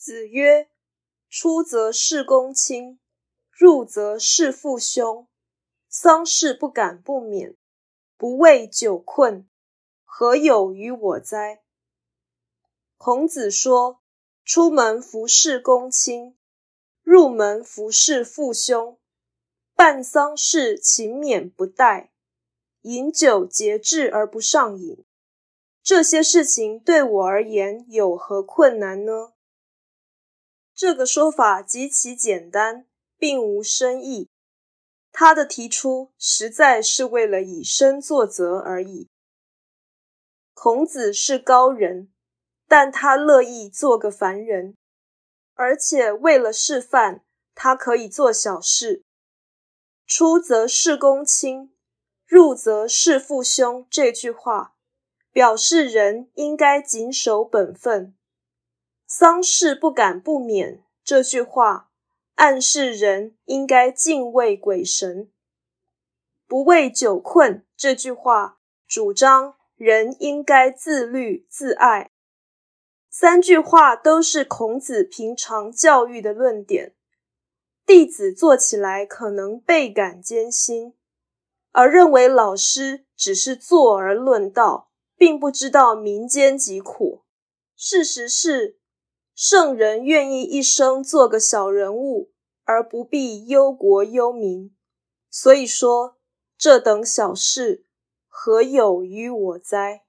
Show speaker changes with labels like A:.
A: 子曰：出则事公亲，入则事父兄。丧事不敢不免，不畏久困，何有于我哉？孔子说，出门服侍公亲，入门服侍父兄，办丧事勤勉不怠，饮酒节制而不上瘾，这些事情对我而言有何困难呢？这个说法极其简单，并无深意。他的提出实在是为了以身作则而已。孔子是高人，但他乐意做个凡人，而且为了示范，他可以做小事。出则事公亲，入则事父兄这句话，表示人应该谨守本分。丧事不敢不免这句话，暗示人应该敬畏鬼神。不畏久困这句话，主张人应该自律自爱。三句话都是孔子平常教育的论点，弟子做起来可能倍感艰辛，而认为老师只是坐而论道，并不知道民间疾苦。事实是，圣人愿意一生做个小人物，而不必忧国忧民。所以说，这等小事，何有于我哉？